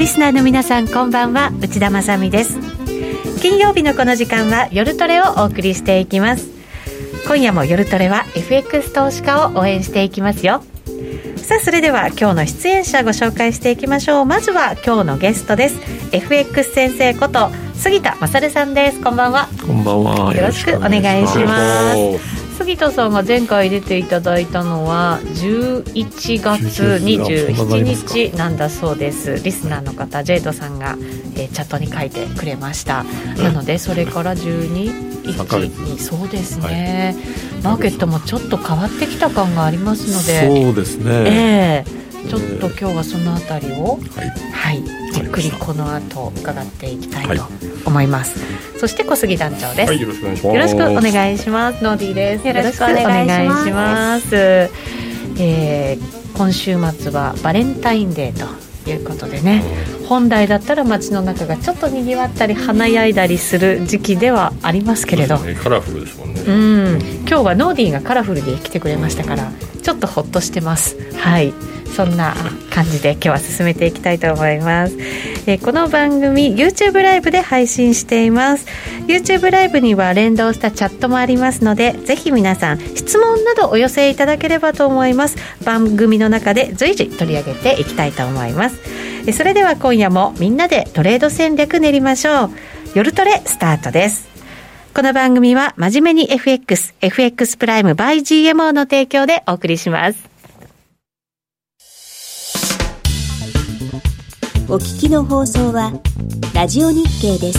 リスナーの皆さん、こんばんは。内田まさみです。金曜日のこの時間は夜トレをお送りしていきます。今夜も夜トレは FX 投資家を応援していきますよ。さあ、それでは今日の出演者ご紹介していきましょう。まずは今日のゲストです。 FX 先生こと杉田勝さんです。こんばんは。 こんばんは。 よろしくお願いします。杉田さんが前回出ていただいたのは11月27日なんだそうです。リスナーの方ジェイドさんが、チャットに書いてくれました。なのでそれから12、1、そうですね、マーケットもちょっと変わってきた感がありますので、 そうですね、 ちょっと今日はそのあたりを、じっくりこの後伺っていきたいと思います。そして小杉団長です。 よろしくお願いします。 よろしくお願いします。ノーディーです。 よろしくお願いします。 今週末はバレンタインデーということでね、本来だったら街の中がちょっと賑わったり華やいだりする時期ではありますけれど、 カラフルですもんね。 今日はノーディーがカラフルで来てくれましたからちょっとほっとしてます。はい、そんな感じで今日は進めていきたいと思います。この番組 YouTube ライブで配信しています。 YouTube ライブには連動したチャットもありますので、ぜひ皆さん質問などお寄せいただければと思います。番組の中で随時取り上げていきたいと思います。それでは今夜もみんなでトレード戦略練りましょう。夜トレスタートです。この番組は真面目に FX プライム by GMO の提供でお送りします。 お聞きの放送はラジオ日経です。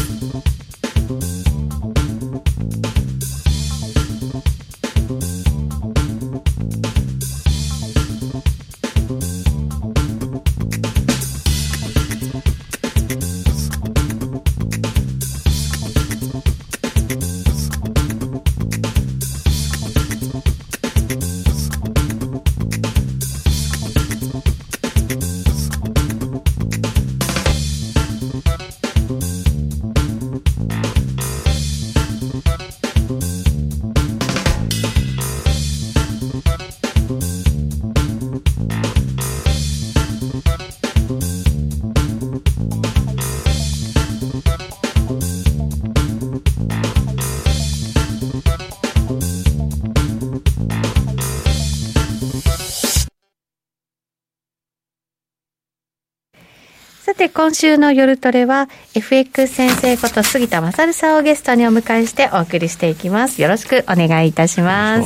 さて今週の夜トレは FX 先生こと杉田勝さんをゲストにお迎えしてお送りしていきます。よろしくお願いいたします。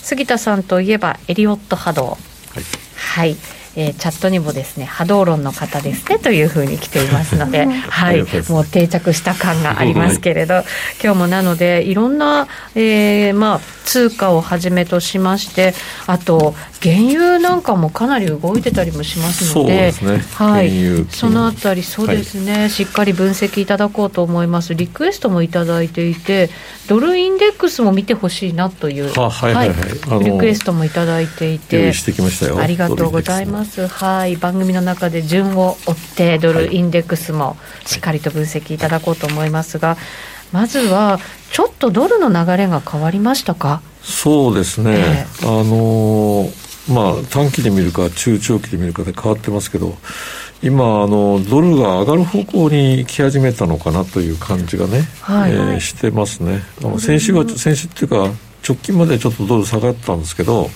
杉田さんといえばエリオット波動、はい、チャットにもですね波動論の方ですねというふうに来ていますので、はい、もう定着した感がありますけれど、今日もなのでいろんな、通貨をはじめとしまして、あと原油なんかもかなり動いてたりもしますので、 そうですね、 はい、 原油そのあたりそうですね、しっかり分析いただこうと思います。リクエストもいただいていて、ドルインデックスも見てほしいなという、リクエストもいただいていて、 用意してきましたよ。 ありがとうございます。はい、番組の中で順を追ってドルインデックスもしっかりと分析いただこうと思いますが、まずはちょっとドルの流れが変わりましたか？ そうですね、短期で見るか中長期で見るかで変わってますけど、今ドルが上がる方向に来始めたのかなという感じがね、してますね。先週っていうか直近までちょっとドル下がったんですけど、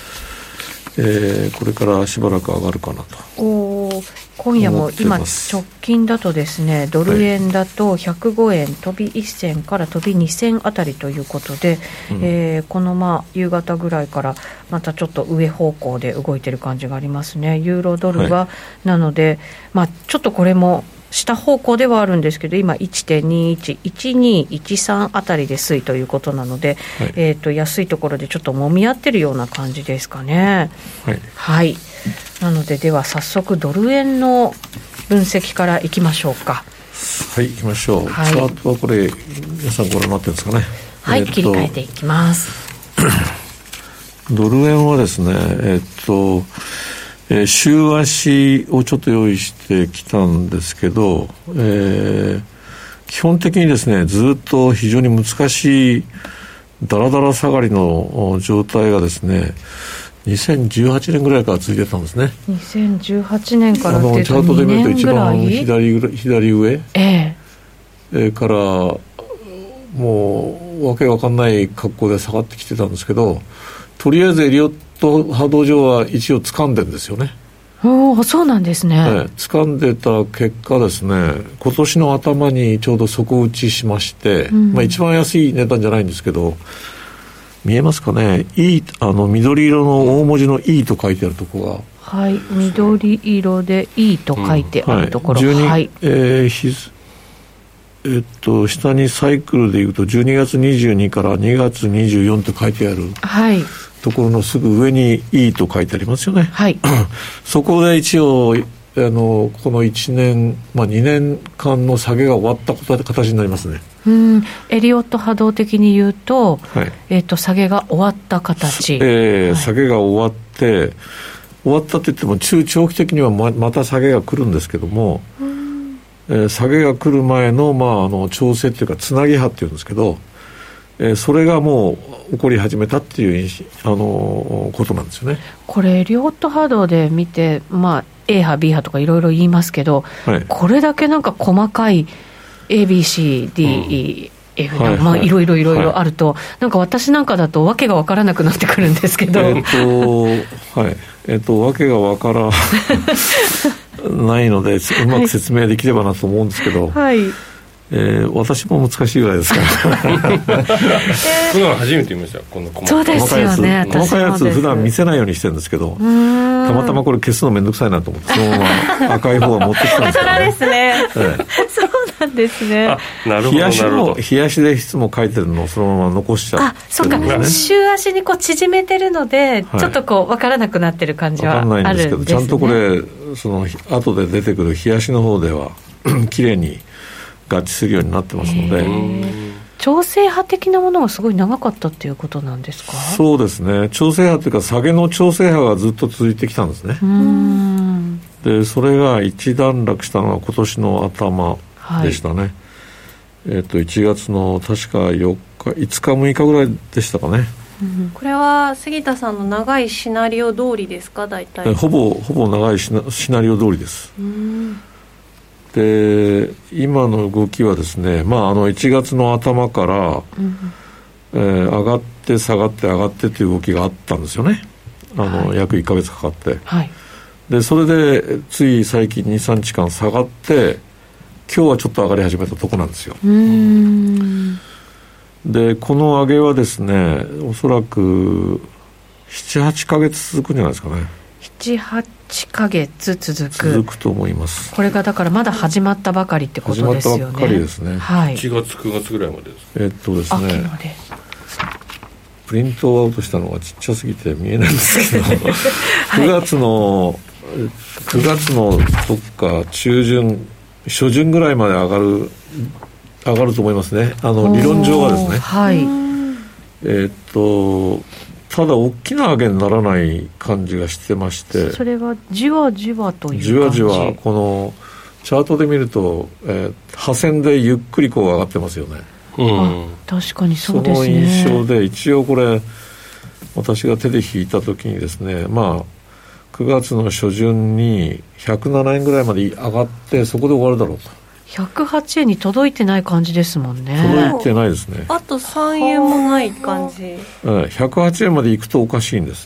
これからしばらく上がるかなと。 今夜も今直近だとですね、ドル円だと105円飛び1銭から飛び2銭あたりということで、この夕方ぐらいからまたちょっと上方向で動いてる感じがありますね。ユーロドルは、なので、ちょっとこれも下方向ではあるんですけど、今 1.211213 あたりで推移ということなので、安いところでちょっと揉み合ってるような感じですかね。はい、なのででは早速ドル円の分析からいきましょうか。 はい、いきましょう。チャートはこれ皆さんご覧になってるんですかね。 切り替えていきます。 ドル円はですね、週足をちょっと用意してきたんですけど、基本的にですね、ずっと非常に難しいダラダラ下がりの状態がですね、 2018年ぐらいから続いてたんですね。 2018年からっていうとチャートで見ると一番 2 左上、からもうわけわかんない格好で下がってきてたんですけど、とりあえずエリオット波動上は一応掴んでるんですよね。 そうなんですね。 掴んでた結果ですね、今年の頭にちょうど底打ちしまして、一番安い値段じゃないんですけど、見えますかね、緑色の大文字の E と書いてあるところが、 はい、緑色で E と書いてあるところ、 下にサイクルでいうと12月22から2月24と書いてある、ところのすぐ上に E と書いてありますよね。そこで一応この1年、2年間の下げが終わった形になりますね。 エリオット波動的に言うと、下げが終わった形、 下げが終わってって言っても中長期的には また下げが来るんですけども、下げが来る前の、調整というかつなぎ波っていうんですけど、それがもう起こり始めたっていうことなんですよね。これエリオット波動で見て、A 波 B 波とかいろいろ言いますけど、これだけなんか細かい ABCDEF いろいろあると、なんか私なんかだとわけが分からなくなってくるんですけど、 わけが分からないのでうまく説明できればなと思うんですけど、私も難しいぐらいですからこの初めて見ました。このそうですよね。 細かいやつ普段見せないようにしてるんですけど、たまたまこれ消すのめんどくさいなと思ってそのまま赤い方は持ってきたんですけどねそうですね、そうなんですね。 なるほど。 冷やしでいつも書いてるのをそのまま残しちゃって、 そうか、週足にこう縮めてるので、ちょっとこう分からなくなってる感じはあるんですね。 分かんないんですけど、ちゃんとこれその後で出てくる冷やしの方では綺麗に合致するようになってますので、 調整波的なものがすごい長かったっていうことなんですか？ そうですね、調整波というか下げの調整波がずっと続いてきたんですね。でそれが一段落したのは今年の頭でしたね。1月の確か4日5日6日ぐらいでしたかね。 これは杉田さんの長いシナリオ通りですか？大体ほぼ長いシナリオ通りです。で今の動きはですね、1月の頭から、上がって下がって上がってという動きがあったんですよね。約1ヶ月かかって、でそれでつい最近 2,3 日間下がって今日はちょっと上がり始めたとこなんですよ。でこの上げはですね、おそらく 7,8 ヶ月続くんじゃないですかね。 7,8 ヶ月続くと思います。 これがだからまだ始まったばかりってことですよね。 始まったばっかりですね。 1月9月ぐらいまでです。 ですね、プリントアウトしたのがちっちゃすぎて見えないんですけど9月のどっか中旬初旬ぐらいまで上がると思いますね。理論上はですね。ただ大きな上げにならない感じがしてまして、 それはじわじわという感じ。 じわじわこのチャートで見ると、破線でゆっくりこう上がってますよね。 確かにそうですね。 その印象で一応これ私が手で引いた時にですね、9月の初旬に107円ぐらいまで上がってそこで終わるだろうと。 108円に届いてない感じですもんね。 届いてないですね。 あと3円もない感じ。 108円まで行くとおかしいんです。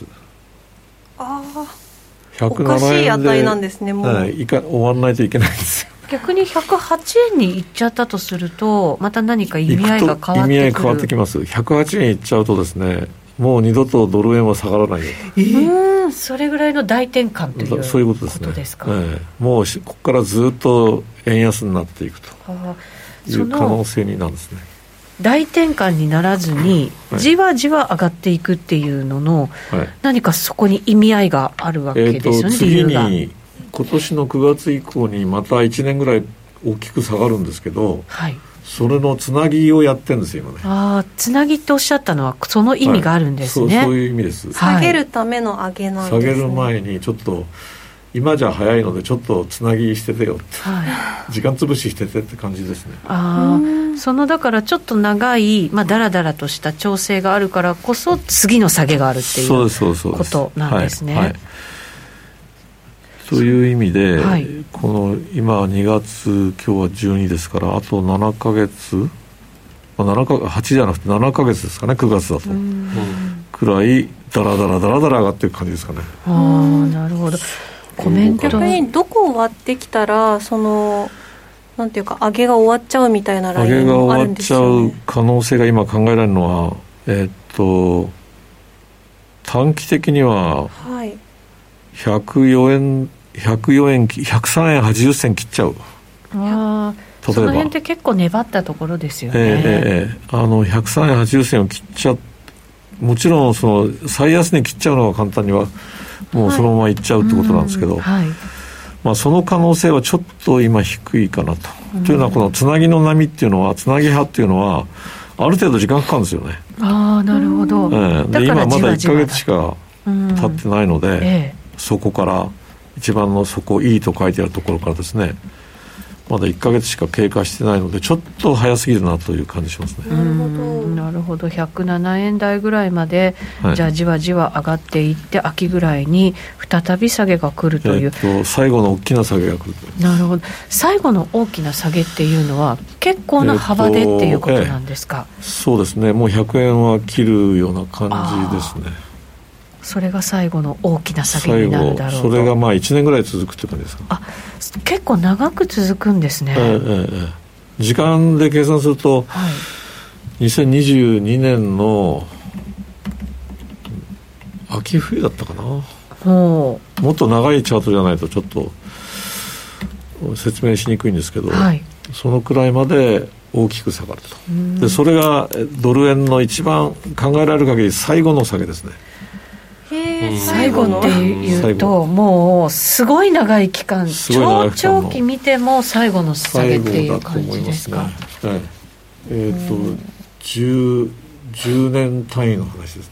107円でおかしい値なんですね。もう終わらないといけないんですよ。 逆に108円に行っちゃったとするとまた何か意味合いが変わってくる。 意味合い変わってきます。108円行っちゃうとですね、もう二度とドル円は下がらないよ。 それぐらいの大転換というそういうことですね。 ですか。 もうここからずっと円安になっていくという可能性になるんですね。 大転換にならずにじわじわ上がっていくっていうのの、何かそこに意味合いがあるわけですよね。 次に今年の9月以降にまた1年ぐらい大きく下がるんですけど、それのつなぎをやってるんですよ今ね。 つなぎっておっしゃったのはその意味があるんですね。 そういう意味です。 下げるための上げなんですね。 下げる前にちょっと今じゃ早いのでちょっとつなぎしててよって、時間潰ししててって感じですね。 そのだからちょっと長い、だらだらとした調整があるからこそ次の下げがあるっていうことなんですね。 という意味で、この今2月今日は12ですからあと7ヶ月、8じゃなくて7ヶ月ですかね、9月だと、くらいダラダラ上がっていく感じですかね。 なるほど。コメント逆にどこを割ってきたらなんていうか上げが終わっちゃうみたいなラインもあるんですよね。 上げが終わっちゃう可能性が今考えられるのは、短期的には103円80銭切っちゃう。 その辺って結構粘ったところですよね。 103円80銭を切っちゃう。もちろんその最安値切っちゃうのは簡単にはもうそのままいっちゃうってことなんですけど、その可能性はちょっと今低いかなと。というのはこのつなぎの波っていうのは、つなぎ派っていうのはある程度時間かかるんですよね。 なるほど。 で今まだ1ヶ月しか経ってないので、そこから一番の底いいと書いてあるところからですね、まだ1ヶ月しか経過してないのでちょっと早すぎるなという感じしますね。 なるほど。107円台ぐらいまで、じゃあじわじわ上がっていって秋ぐらいに再び下げが来るという、 最後の大きな下げが来る。 なるほど。最後の大きな下げっていうのは結構な幅でっていうことなんですか。 そうですね、もう100円は切るような感じですね。 それが最後の大きな下げになるだろうと。 それが1年ぐらい続くって感じですか。 結構長く続くんですね。 時間で計算すると、2022年の秋冬だったかな。もっと長いチャートじゃないとちょっと説明しにくいんですけど、そのくらいまで大きく下がると。でそれがドル円の一番考えられる限り最後の下げですね。 最後っていうともうすごい長い期間、長期見ても最後の下げっていう感じですか。 10年単位の話です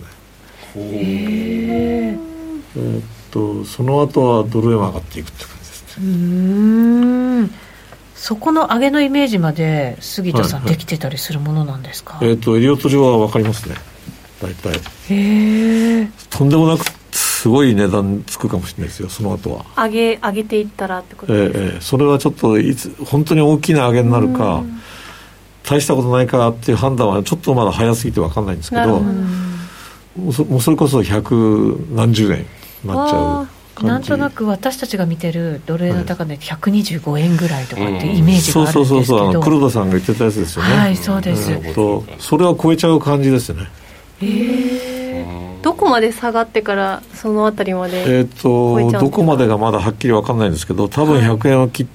ね。その後はドル円は上がっていくって感じですね。 そこの上げのイメージまで杉田さんできてたりするものなんですか。 エリオット上は分かりますね。大体とんでもなくすごい値段つくかもしれないですよ。その後は上げていったらってことですか。それはちょっと本当に大きな上げになるか大したことないかっていう判断はちょっとまだ早すぎて分かんないんですけど、もうそれこそ100何十円になっちゃう感じ。 なんとなく私たちが見てるドル円の高値って125円ぐらいとかっていうイメージがあるんですけど、 黒田さんが言ってたやつですよね。 そうです。 それは超えちゃう感じですよね。 どこまで下がってからそのあたりまでどこまでがまだはっきり分かんないんですけど、多分100円を切って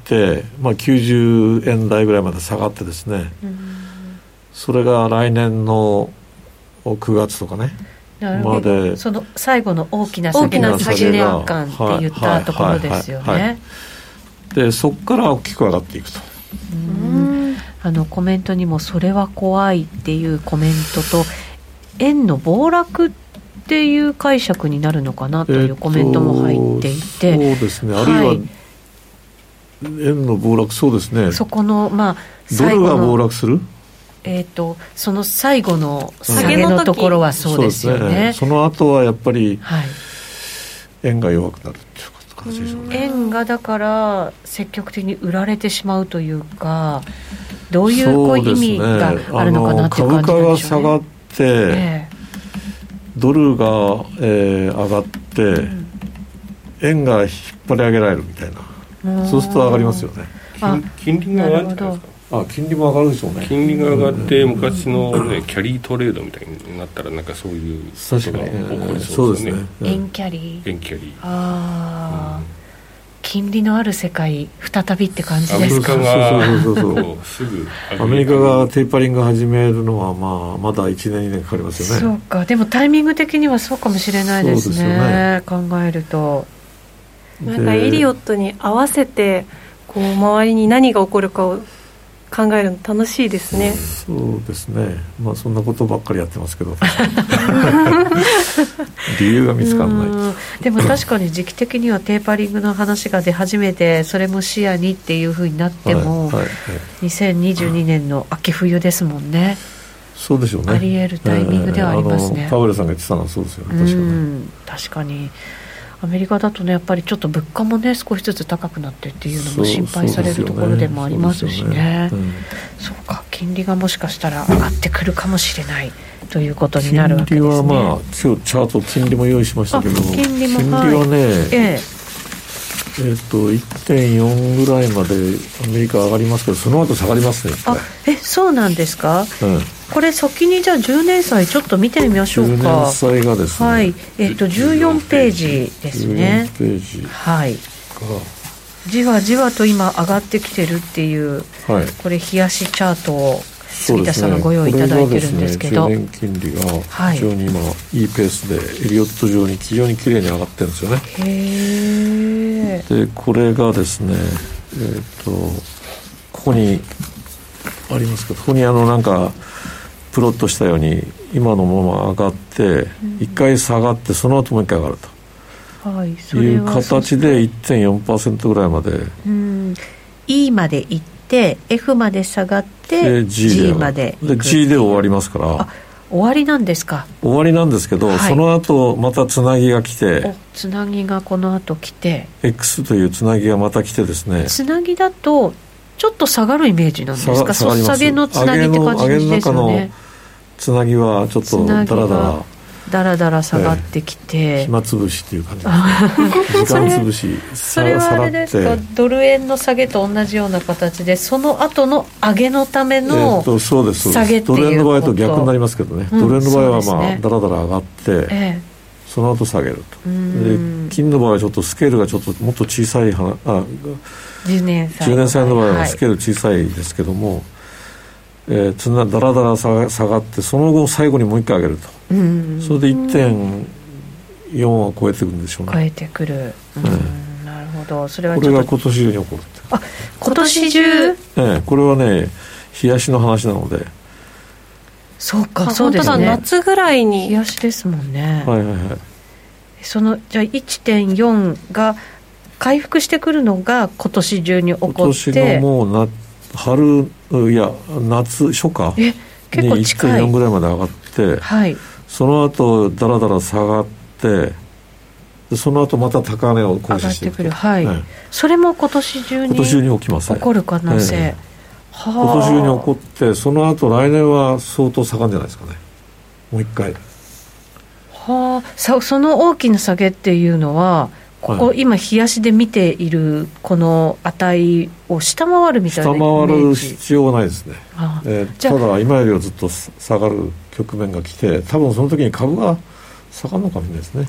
、90円台ぐらいまで下がってですね、それが来年の9月とかねまで、 その最後の大きな下げの8年間って言ったところですよね。 でそこから大きく上がっていくと。 コメントにもそれは怖いっていうコメントと、円の暴落っていう解釈になるのかなというコメントも入っていて、 そうですね、あるいは円の暴落、そうですね、 そこのドルが暴落する、 その最後の下げのところはそうですよね。 その後はやっぱり円が弱くなるっていう感じでしょうね。 円がだから積極的に売られてしまうというか、どういう意味があるのかなっていう感じなんでしょうね。株価が下がってドルが、上がって、円が引っ張り上げられるみたいな、そうすると上がりますよね。 金利が上がるんじゃないですか。 金利も上がるでしょうね。 金利が上がって昔の、キャリートレードみたいになったらなんかそういうことが起こりそうですね。 円キャリー、 円キャリー、 金利のある世界再びって感じですか。 アメリカがテーパリング始めるのは、まだ1年2年かかりますよね。 そうか、でもタイミング的にはそうかもしれないですね。考えるとなんかエリオットに合わせて周りに何が起こるかを考えるの楽しいですね。 そうですね、そんなことばっかりやってますけど理由が見つからない。 でも確かに時期的にはテーパリングの話が出始めて、それも視野にっていうふうになっても、2022年の秋冬ですもんね。 そうでしょうね。 あり得るタイミングではありますね。 パウエルさんが言ってたのはそうですよね。 確かにアメリカだとね、やっぱりちょっと物価もね少しずつ高くなってっていうのも心配されるところでもありますしね。そうか、金利がもしかしたら上がってくるかもしれないということになるわけですね。 金利はまあ今日チャート金利も用意しましたけど、金利はね、1.4 ぐらいまでアメリカ上がりますけど、その後下がりますね。 そうなんですか。これ先にじゃあ10年債ちょっと見てみましょうか。 10年債がですね、 14ページですね。 14ページじわじわと今上がってきてるっていう、これ冷やしチャートを杉田さんがご用意いただいてるんですけど、 10年金利が非常に今いいペースでエリオット上に非常にきれいに上がってるんですよね。でこれがですね、ここにありますけど、ここになんかプロットしたように今のまま上がって一回下がってその後もう一回上がるという形で 1.4% ぐらいまで、 E まで行って F まで下がって G まで行く。 で G で終わりますから。 終わりなんですか。 終わりなんですけど、その後またつなぎが来て、 つなぎがこの後来て X というつなぎがまた来てですね、 つなぎだとちょっと下がるイメージなんですか。下げのつなぎって感じですよね。上げの中のつなぎはちょっとだらだら下がってきて、 暇つぶしっていう感じですね。時間つぶし。 それはあれですか、ドル円の下げと同じような形で、その後の上げのためのそうです下げっていうこと。 ドル円の場合と逆になりますけどね、ドル円の場合はまあだらだら上がって、その後下げると。で金の場合はちょっとスケールがちょっともっと小さい10年債の場合はスケール小さいですけども、だらだら下がってその後最後にもう一回上げると、それで 1.4 は超えてくるんでしょうね。 超えてくる、なるほど。それはこれが今年中に起こるって。 今年中、 これはね冷やしの話なので。 そうか、そうですね。 夏ぐらいに冷やしですもんね。そのじゃあ 1.4 が回復してくるのが今年中に起こって、今年のもう春いや夏初夏に 1.4 ぐらいまで上がって、その後だらだら下がって、でその後また高値を更新していく。 それも今年中に起きます。 起こる可能性、 今年中に起こって、その後来年は相当下がるんじゃないですかね、もう一回。 その大きな下げっていうのはここ、今冷やしで見ているこの値を下回るみたいなイメージ。 下回る必要はないですね。ただ今よりはずっと下がる局面が来て、多分その時に株が下がるのかもしれないですね。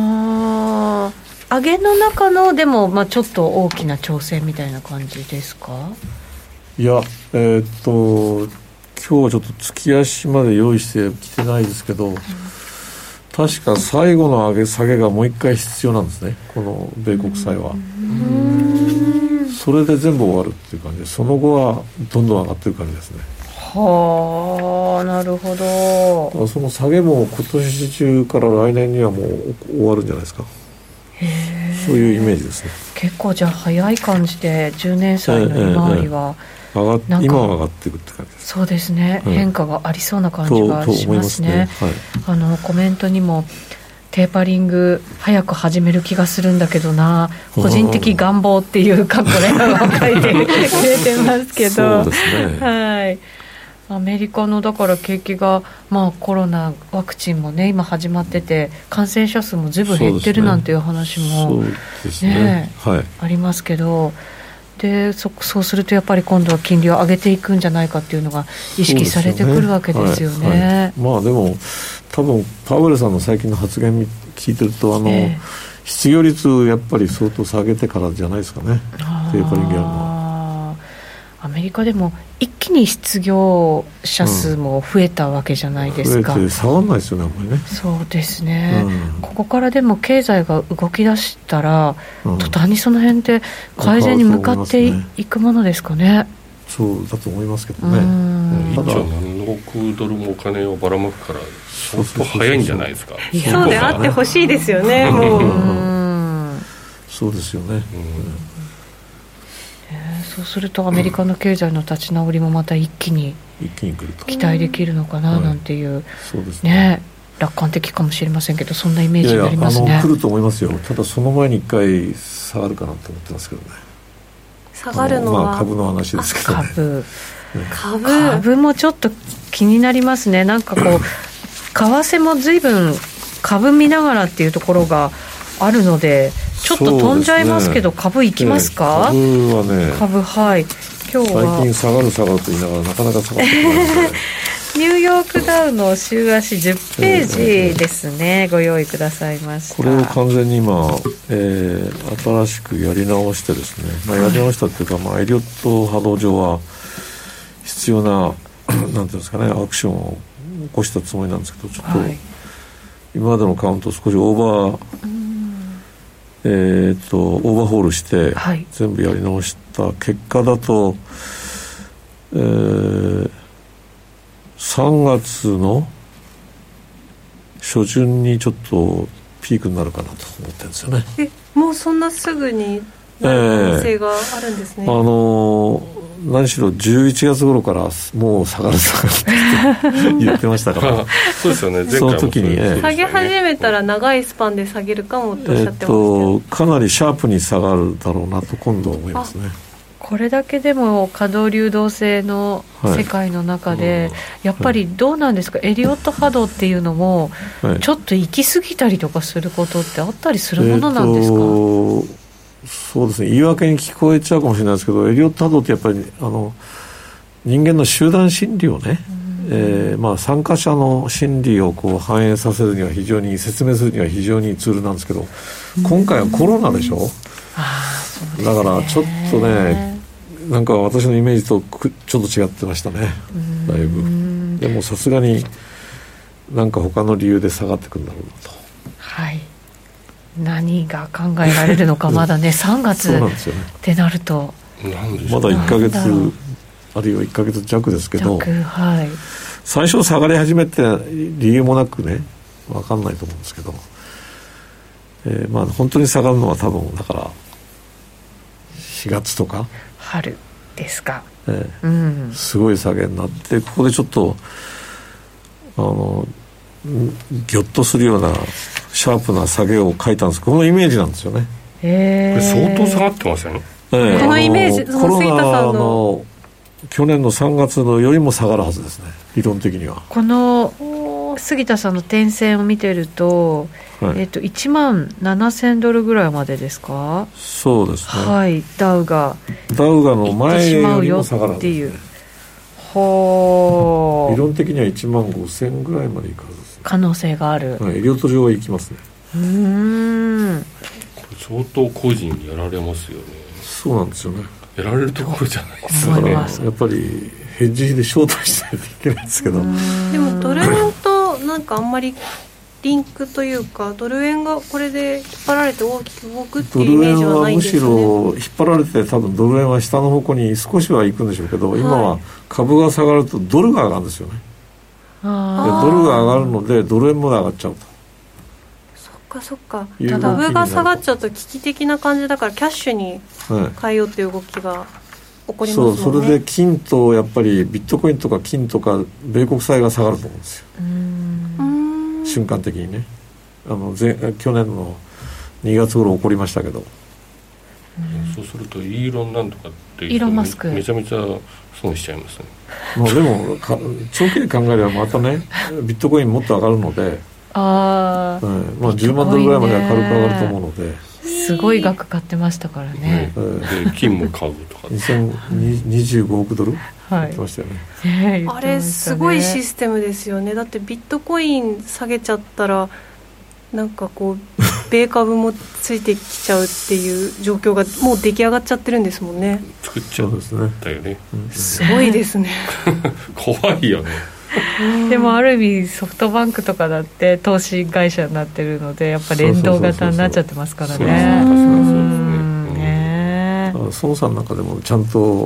上げの中のでも、ちょっと大きな調整みたいな感じですか。 いや今日はちょっと月足まで用意してきてないですけど、確か最後の上げ下げがもう一回必要なんですね、この米国債は。それで全部終わるっていう感じで、その後はどんどん上がってる感じですね。 なるほど。 その下げも今年中から来年にはもう終わるんじゃないですか。そういうイメージですね。 結構じゃあ早い感じで10年債の利回りは今は上がっていくって感じです。 そうですね、変化がありそうな感じがしますね。コメントにもテーパリング早く始める気がするんだけどな、個人的願望っていうかこれを書いてくれてますけど、 そうですね、 アメリカのだから景気が、コロナワクチンもね今始まってて、感染者数もずいぶん減ってるなんていう話もありますけど、でそうするとやっぱり今度は金利を上げていくんじゃないかっていうのが意識されてくるわけですよね。 でも多分パウエルさんの最近の発言聞いてると失業率やっぱり相当下げてからじゃないですかね、テーパリングやるのは。 アメリカでも一気に失業者数も増えたわけじゃないですか。 増えて下がらないですよね、あんまりね。 そうですね、ここからでも経済が動き出したら、途端にその辺で改善に向かっていくものですかね。 そうだと思いますけどね。 1兆何の国ドルもお金をばらまくから相当早いんじゃないですか。 そうであってほしいですよね。もうそうですよね、 そうするとアメリカの経済の立ち直りもまた一気に来ると期待できるのかななんていう、 そうですね、 楽観的かもしれませんけど、そんなイメージになりますね。 来ると思いますよ。ただその前に一回下がるかなと思ってますけどね。 下がるのは、 株の話ですけどね。 株もちょっと気になりますね。なんかこう為替も随分株見ながらっていうところがあるので、ちょっと飛んじゃいますけど、株いきますか？ 株はね、 はい、今日は最近下がると言いながらなかなか下がってこないのでニューヨークダウの週足10ページですね、ご用意くださいました。 これを完全に今、新しくやり直してですね、やり直したっていうか、エリオット波動上は必要ななんていうんですかね、アクションを起こしたつもりなんですけど、ちょっと、今までのカウントを少しオーバーホールして、全部やり直した結果だと、3月の初旬にちょっとピークになるかなと思ってるんですよね。 もうそんなすぐになる可能性があるんですね。 何しろ11月頃からもう下がるって言ってましたからそうですよね、前回もその時に、 下げ始めたら長いスパンで下げるかもとおっしゃってましたかなりシャープに下がるだろうなと今度は思いますね。 これだけでも稼働流動性の世界の中で、やっぱりどうなんですか、エリオット波動っていうのもちょっと行き過ぎたりとかすることってあったりするものなんですか？ そうですね、言い訳に聞こえちゃうかもしれないですけど、エリオット波動ってやっぱり人間の集団心理をね、参加者の心理をこう反映させるには非常に、説明するには非常にツールなんですけど、今回はコロナでしょ。 そうですね、 だからちょっとね、なんか私のイメージとちょっと違ってましたね、だいぶ。でもさすがになんか他の理由で下がってくるんだろうなと。 何が考えられるのかまだね3月ってなるとまだ1ヶ月あるいは1ヶ月弱ですけど、最初下がり始めて理由もなくね分かんないと思うんですけど、本当に下がるのは多分だから4月とか春ですか、 すごい下げになって、ここでちょっとギョッとするようなシャープな下げを書いたんです。このイメージなんですよね。 これ相当下がってますよね。 このイメージ、 コロナの去年の3月のよりも下がるはずですね、理論的には。 この杉田さんの点線を見てると、1万7000ドルぐらいまでですか？ そうですね、 ダウがの前よりも下がるはずですね。理論的には1万5000ぐらいまでいくはずです、ね、 可能性がある、 エリオット上はいきますね。 これ相当個人にやられますよね。 そうなんですよね、 やられるところじゃないですかね。 やっぱりヘッジでショートしないといけないですけど、 でもドル円となんかあんまりリンクというか、ドル円がこれで引っ張られて大きく動くっていうイメージはないんですよね。 ドル円はむしろ引っ張られて、多分ドル円は下の方向に少しは行くんでしょうけど、今は株が下がるとドルが上がるんですよね。でドルが上がるのでドル円も上がっちゃうと。 そっか株が下がっちゃうと危機的な感じだから、キャッシュに変えようっていう動きが起こりますもんね。 それで金とやっぱりビットコインとか金とか米国債が下がると思うんですよ、瞬間的にね。去年の2月頃起こりましたけど、 そうするとイーロンなんとかっていうイーロンマスクめちゃめちゃ損しちゃいますね。 でも長期で考えればまたねビットコインもっと上がるので、10万ドルぐらいまでは軽く上がると思うので、 すごい額買ってましたからね、 で金も買うとか 2025億ドル言ってましたよね、 あれすごいシステムですよね。だってビットコイン下げちゃったらなんかこう米株もついてきちゃうっていう状況がもう出来上がっちゃってるんですもんね。 作っちゃったよね。 すごいですね怖いよね。 でもある意味ソフトバンクとかだって投資会社になってるので、やっぱ連動型になっちゃってますからね。 孫さんなんかでもちゃんと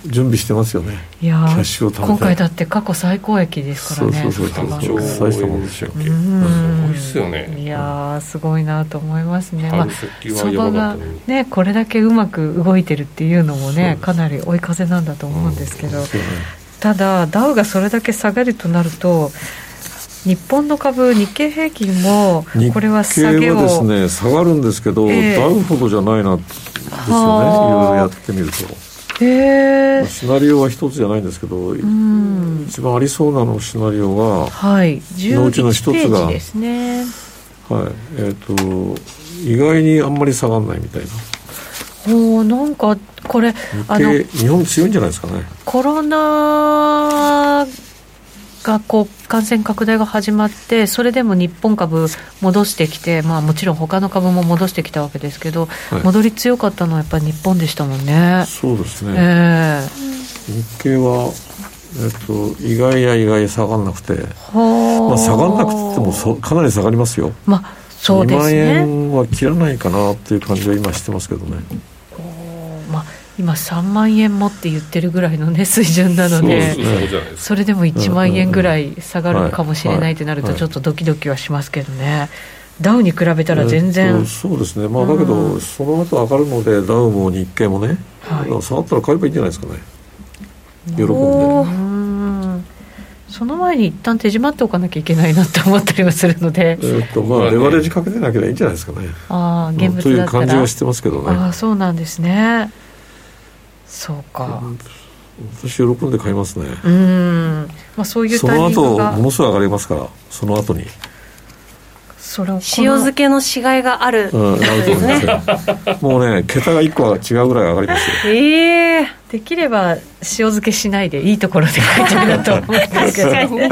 準備してますよね。 いやキャッシュを貯めて今回だって過去最高益ですからね。 そう単調大したもんでしょ。 すごいっすよね。 いやすごいなと思いますね。 春先はやばかったのに、 ね、これだけうまく動いてるっていうのもねかなり追い風なんだと思うんですけど、ただダウがそれだけ下がるとなると日本の株日経平均もこれは下げを日経はですね下がるんですけど、ダウほどじゃないなですよね。いろいろやってみると、シナリオは一つじゃないんですけど、一番ありそうなのシナリオが、 はい、 のうちの一つが、 ですね、 はい、意外にあんまり下がらないみたいな。 なんかこれ日本強いんじゃないですかね。 コロナがこう感染拡大が始まって、それでも日本株戻してきて、もちろん他の株も戻してきたわけですけど、戻り強かったのはやっぱり日本でしたもんね。 そうですね、日経は、意外や意外下がらなくて、下がらなくてもかなり下がりますよ。 そうですね、 2万円は切らないかなっていう感じは今してますけどね。 今3万円もって言ってるぐらいの、ね、水準なので、それでも1万円ぐらい下がるかもしれないとなるとちょっとドキドキはしますけどね。ダウに比べたら全然、 そうですね、だけどその後上がるのでダウも日経もね、下がったら買えばいいんじゃないですかね、喜んで。 その前に一旦手締まっておかなきゃいけないなって思ったりもするので、 レバレッジかけてなきゃいいんじゃないですかね。 現物だったらという感じはしてますけどね。 そうなんですね。そうか、 私喜んで買いますね。 そういうタイミングがその後ものすごい上がりますから、その後に塩漬けの死骸がある、 もうね桁が1個は違うぐらい上がりますよ。 できれば塩漬けしないでいいところで買いたいなと思うんですけどね。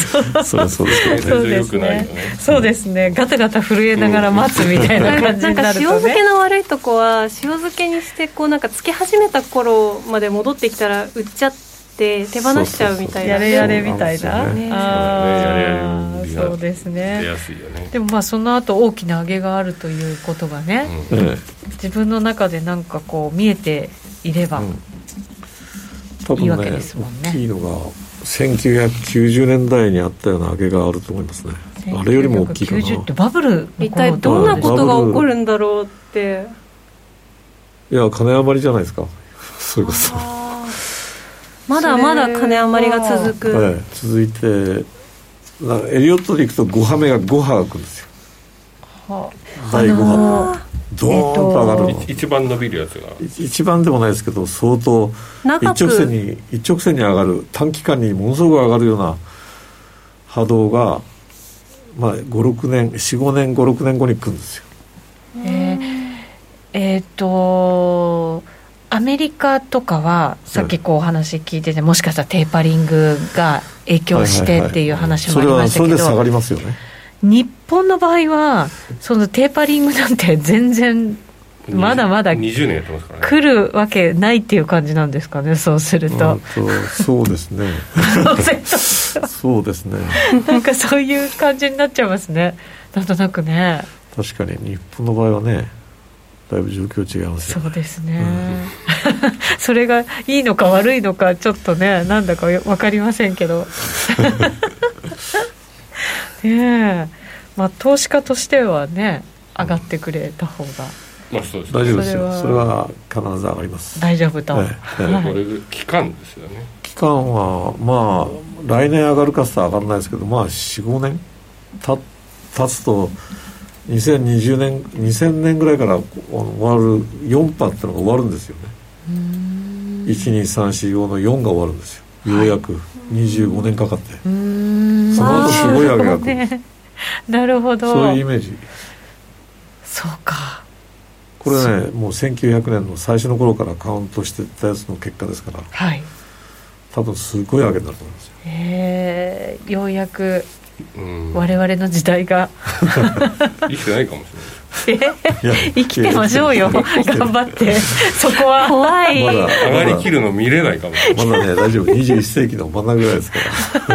そうですね、ガタガタ震えながら待つみたいな感じになるとね。 塩漬けの悪いとこは、塩漬けにしてこうつけ始めた頃まで戻ってきたら売っちゃって手放しちゃうみたいな、 やれみたいな。そうですね。でもその後大きな上げがあるということがね、自分の中でなんかこう見えていればいいわけですもんね。 大きいのが1990年代にあったような上げがあると思いますね。あれよりも大きいかな。 1990ってバブルの頃、 一体どんなことが起こるんだろうって。 いや、金余りじゃないですか。それこそまだまだ金余りが続く、 続いてエリオットでいくと5波目が5波が来るんですよ。第5波ドーンと上がるの、 一番伸びるやつが一番でもないですけど、相当一直線に上がる、短期間にものすごく上がるような波動が、5,6 年4,5 年5,6 年後に来るんですよ。 アメリカとかはさっきお話聞いてて、もしかしたらテーパリングが影響してっていう話もありましたけど、 それで下がりますよね。 日本の場合はそのテーパリングなんて全然まだまだ 20年やってますからね、 来るわけないっていう感じなんですかね。そうすると、 そうですねそうですね、 なんかそういう感じになっちゃいますね、なんとなくね。 確かに日本の場合はね、だいぶ状況違いますよね。 そうですね、それがいいのか悪いのかちょっとね、なんだか分かりませんけどねえ、投資家としてはね、上がってくれた方が、 そうです、 大丈夫ですよ。それは必ず上がります。 大丈夫と、 これ期間ですよね。 期間は来年上がるかつと上がらないですけど、4,5 年経つと2020年ぐらいから終わる4波ってのが終わるんですよね。1,2,3,4,5 の4が終わるんですよ、ようやく25年かかって。その後すごい上げが来る、 なるほど、 そういうイメージ。 そうか、 これね、もう1900年の最初の頃からカウントしてたやつの結果ですから、多分すごい上げになると思いますよ。 ようやく我々の時代が生きてないかもしれない。 生きてましょうよ頑張ってそこは怖い。 上がりきるの見れないかも。 まだね、大丈夫、21世紀の真ん中ぐらいですから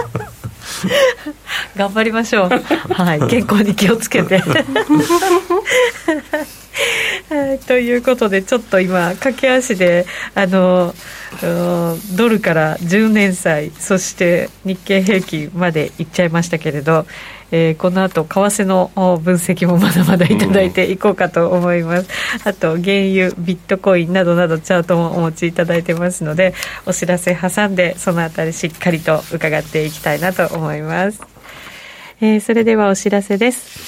頑張りましょう、健康に気をつけて今ということでちょっと今駆け足でドルから10年債そして日経平均までいっちゃいましたけれど、この後為替の分析もまだまだいただいていこうかと思います。あと原油、ビットコインなどなどチャートもお持ちいただいてますので、お知らせ挟んでそのあたりしっかりと伺っていきたいなと思います。それではお知らせです。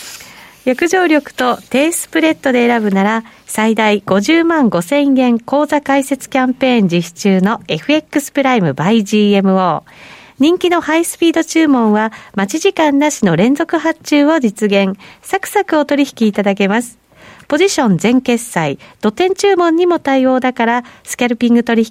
約定力と低スプレッドで選ぶなら最大50万5000円口座開設キャンペーン実施中の FX プライム by GMO。人気のハイスピード注文は待ち時間なしの連続発注を実現。サクサクお取引いただけます。ポジション全決済、土点注文にも対応だからスキャルピング取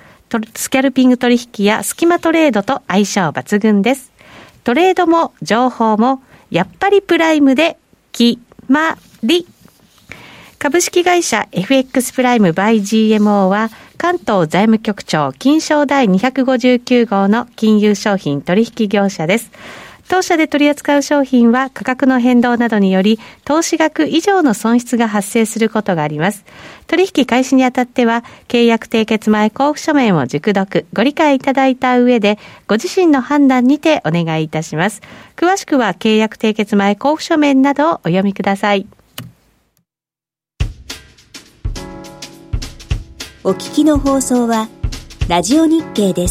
引やスキマトレードと相性抜群です。トレードも情報もやっぱりプライムで決まり。株式会社 FX プライム by GMO は関東財務局長金商第259号の金融商品取引業者です。当社で取り扱う商品は価格の変動などにより投資額以上の損失が発生することがあります。取引開始にあたっては契約締結前交付書面を熟読ご理解いただいた上でご自身の判断にてお願いいたします。詳しくは契約締結前交付書面などをお読みください。 お聞きの放送はラジオ日経です。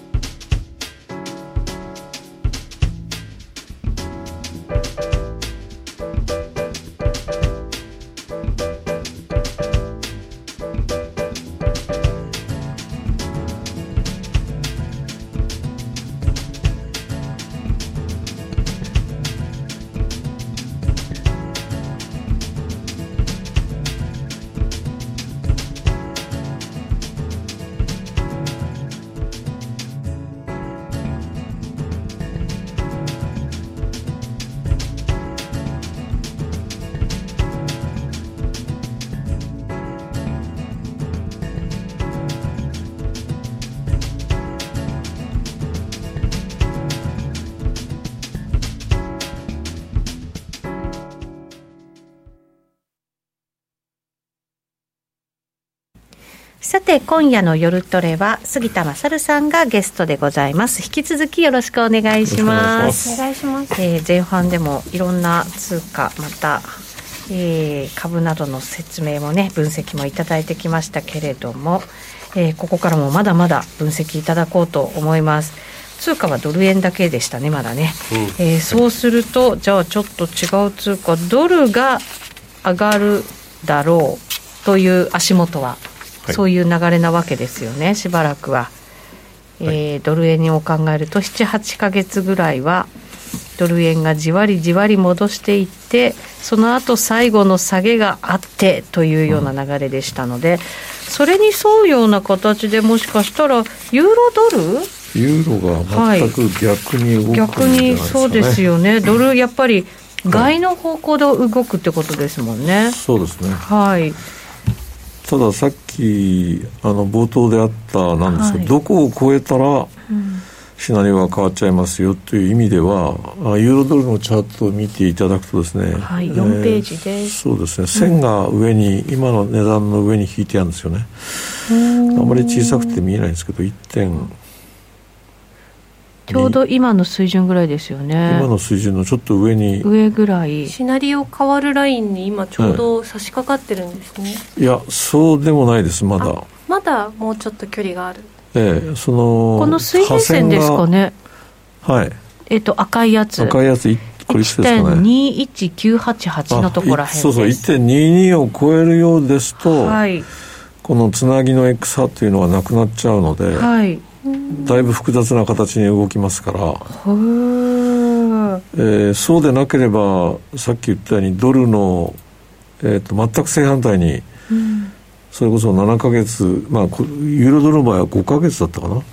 さて今夜の夜トレは杉田勝さんがゲストでございます。引き続きよろしくお願いします。 お願いします。 前半でもいろんな通貨また、株などの説明もね分析もいただいてきましたけれども、ここからもまだまだ分析いただこうと思います。通貨はドル円だけでしたねまだね、そうするとじゃあちょっと違う通貨ドルが上がるだろうという足元はそういう流れなわけですよね。しばらくは、ドル円を考えると 7,8 ヶ月ぐらいはドル円がじわりじわり戻していってその後最後の下げがあってというような流れでしたので、それに沿うような形でもしかしたらユーロドルユーロが全く逆に動くんじゃないですかね、 逆にそうですよね。ドルやっぱり買いの方向で動くってことですもんね、 そうですね。 はい。 たださっき冒頭であったなんですけど、どこを超えたらシナリオが変わっちゃいますよという意味では、ユーロドルのチャートを見ていただくとですね、 はい、4ページです。 そうですね、線が上に、今の値段の上に引いてあるんですよね。あまり小さくて見えないんですけどちょうど今の水準ぐらいですよね。 今の水準のちょっと上ぐらいシナリオ変わるラインに今ちょうど差し掛かってるんですね、 いやそうでもないです。まだもうちょっと距離がある。 この水平線ですかね。 はい、 赤いやつこれいつですかね。 1.21988 のところらへんです。 そう 1.22 を超えるようですと、 はい、 このつなぎの X 波というのはなくなっちゃうので、はい、だいぶ複雑な形に動きますから、そうでなければさっき言ったようにドルの、全く正反対に、それこそ7ヶ月、ユーロドルの場合は5ヶ月だったかな、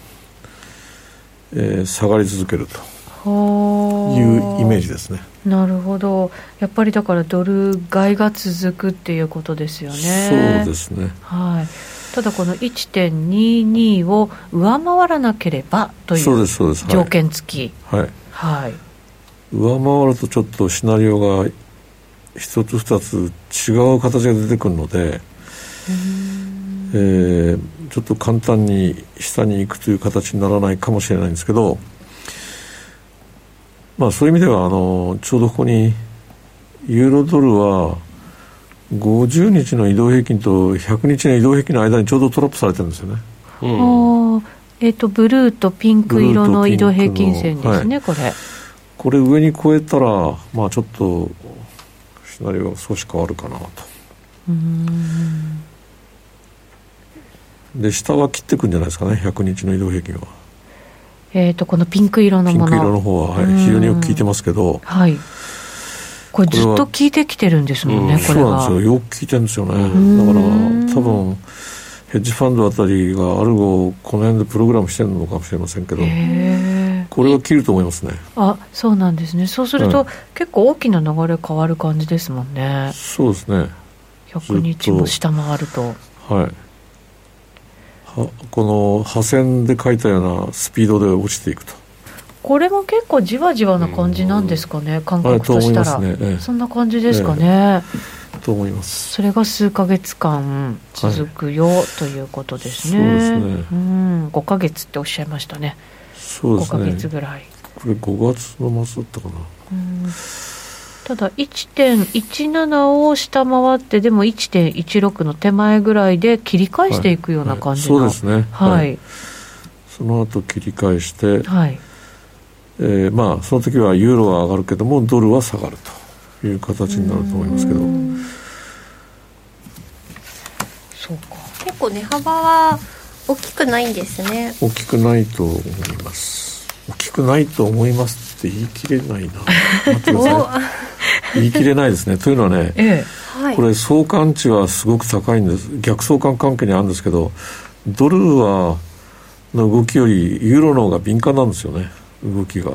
下がり続けるというイメージですね。 なるほど。やっぱりだからドル買いが続くっていうことですよね。 そうですね、 はい。ただこの 1.22 を上回らなければという条件付き、 はいはい、 上回るとちょっとシナリオが一つ二つ違う形が出てくるので、ちょっと簡単に下に行くという形にならないかもしれないんですけど、そういう意味ではちょうどここにユーロドルは50日の移動平均と100日の移動平均の間にちょうどトラップされてるんですよね。 ブルーとピンク色の移動平均線ですね、これ上に超えたら、ちょっとシナリオが少し変わるかなと。で下は切ってくんじゃないですかね、100日の移動平均は。 このピンク色のもの、 ピンク色の方は、非常によく効いてますけど、 これずっと効いてきてるんですもんね、これは。 そうなんですよ、よく効いてるんですよね。だから多分ヘッジファンドあたりがアルゴをこの辺でプログラムしてるのかもしれませんけど、これは切ると思いますね。 そうなんですね。そうすると、結構大きな流れ変わる感じですもんね。 そうですね、 100日も下回ると、 この破線で書いたようなスピードで落ちていくと。 これも結構じわじわな感じなんですかね、感覚としたら、そんな感じですかね、 と思います。 それが数ヶ月間続くよ、ということですね。 そうですね、 5ヶ月っておっしゃいましたね。 そうですね、 5ヶ月ぐらい。 これ5月の末だったかな。 ただ 1.17 を下回って、でも 1.16 の手前ぐらいで切り返していくような感じの、 そうですね、その後切り返して、その時はユーロは上がるけどもドルは下がるという形になると思いますけど。 そうか、 結構値幅は大きくないんですね。 大きくないと思います。大きくないと思いますって言い切れないな待ってください言い切れないですね。というのはね、これ相関値はすごく高いんです。逆相関関係にあるんですけど、ドルの動きよりユーロの方が敏感なんですよね、動きが。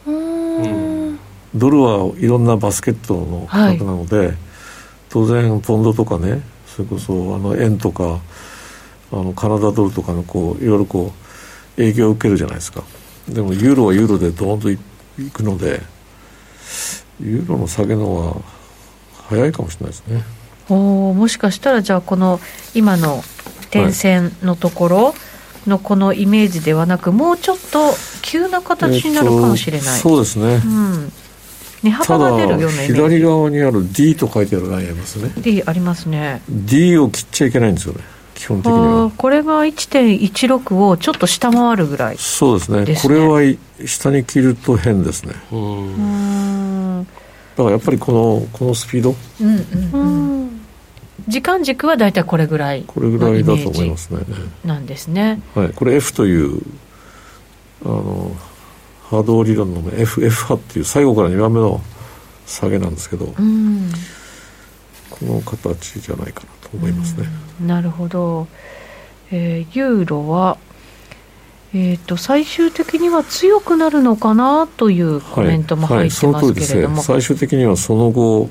ドルはいろんなバスケットの価格なので、当然ポンドとかね、それこそ円とかカナダドルとかのいろいろ影響を受けるじゃないですか。でもユーロはユーロでドーンといくので、ユーロの下げの方が早いかもしれないですね。 もしかしたらじゃあこの今の点線のところのこのイメージではなく、もうちょっと急な形になるかもしれない。 そうですね、 値幅が出るようなイメージ。 左側にある D と書いてあるラインありますね。 D ありますね。 D を切っちゃいけないんですよね、基本的には。これが 1.16 をちょっと下回るぐらい。 そうですね、これは下に切ると変ですね。だからやっぱりこのスピード、 時間軸はだいたいこれぐらいだと思いますね。 なんですね。 これ F という波動理論の、F 波っていう最後から2番目の下げなんですけど、この形じゃないかなと思いますね。 なるほど。ユーロは、最終的には強くなるのかなというコメントも入ってますけれども、 最終的にはその後、